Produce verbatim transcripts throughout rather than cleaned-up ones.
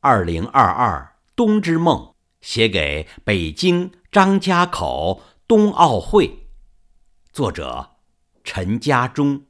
二零二二冬之梦，写给北京张家口冬奥会，作者陈家忠。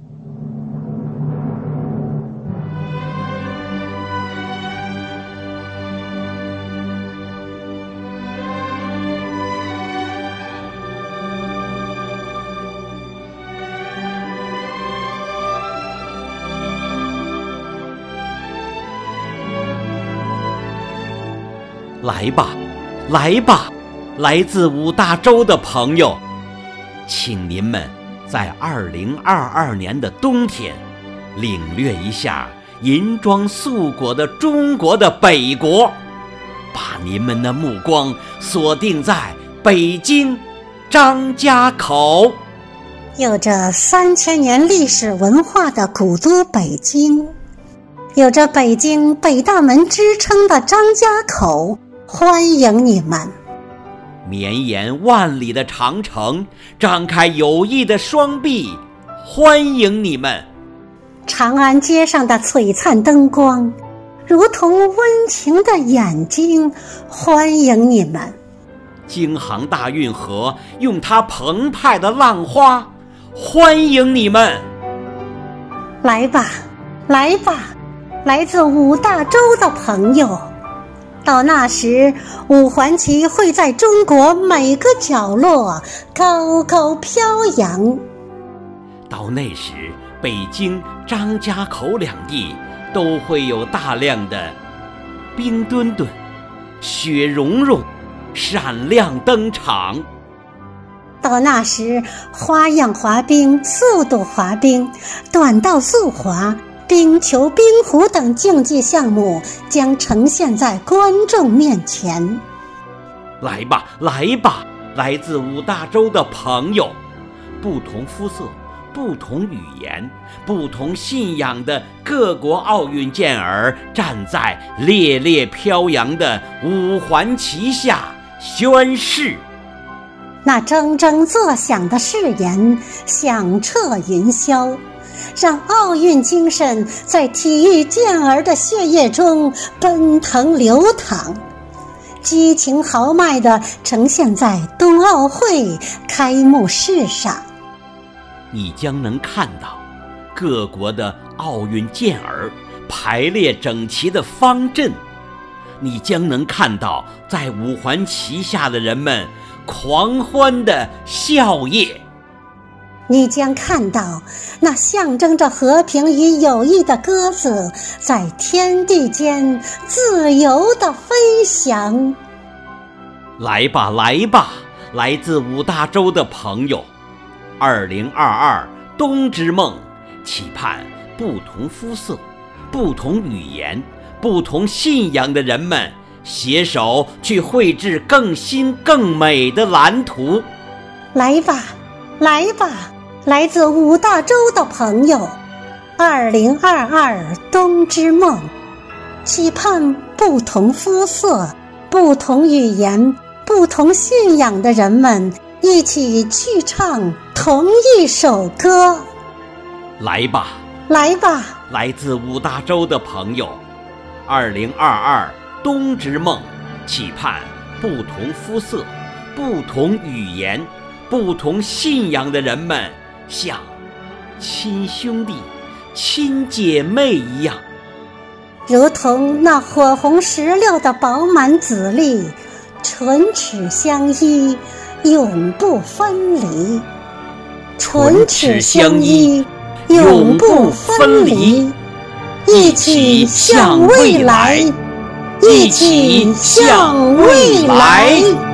来吧，来吧，来自五大洲的朋友，请您们在二零二二年的冬天，领略一下银装素裹的中国的北国，把您们的目光锁定在北京张家口。 有着三千年历史文化的古都北京，有着北京北大门之称的张家口，欢迎你们！ 绵延万里的长城，张开友谊的双臂，欢迎你们！ 长安街上的璀璨灯光，如同温情的眼睛，欢迎你们！ 京杭大运河用它澎湃的浪花，欢迎你们！ 来吧，来吧，来自五大洲的朋友！到那时，五环旗会在中国每个角落高高飘扬。 到那时，北京、张家口两地都会有大量的冰墩墩、雪融融闪亮登场。 到那时，花样滑冰、速度滑冰、短道速滑、冰球、冰壶等竞技项目将呈现在观众面前。 来吧，来吧，来自五大洲的朋友，不同肤色、不同语言、不同信仰的各国奥运健儿站在烈烈飘扬的五环旗下宣誓。 那铮铮作响的誓言响彻云霄，让奥运精神在体育健儿的血液中奔腾流淌，激情豪迈地呈现在冬奥会开幕式上。 你将能看到各国的奥运健儿排列整齐的方阵，你将能看到在五环旗下的人们狂欢的笑靥， 你将看到那象征着和平与友谊的鸽子在天地间自由地飞翔。 来吧，来吧，来自五大洲的朋友，二零二二冬之梦，期盼不同肤色、不同语言、不同信仰的人们携手去绘制更新更美的蓝图。 来吧，来吧，来自五大洲的朋友，二零二二冬之梦，期盼不同肤色、不同语言、不同信仰的人们一起去唱同一首歌。 来吧， 来吧， 来自五大洲的朋友，二零二二冬之梦，期盼不同肤色、不同语言、不同信仰的人们像亲兄弟、亲姐妹一样， 如同那火红石榴的饱满籽粒，唇齿相依，永不分离。唇齿相依，永不分离，一起向未来，一起向未来。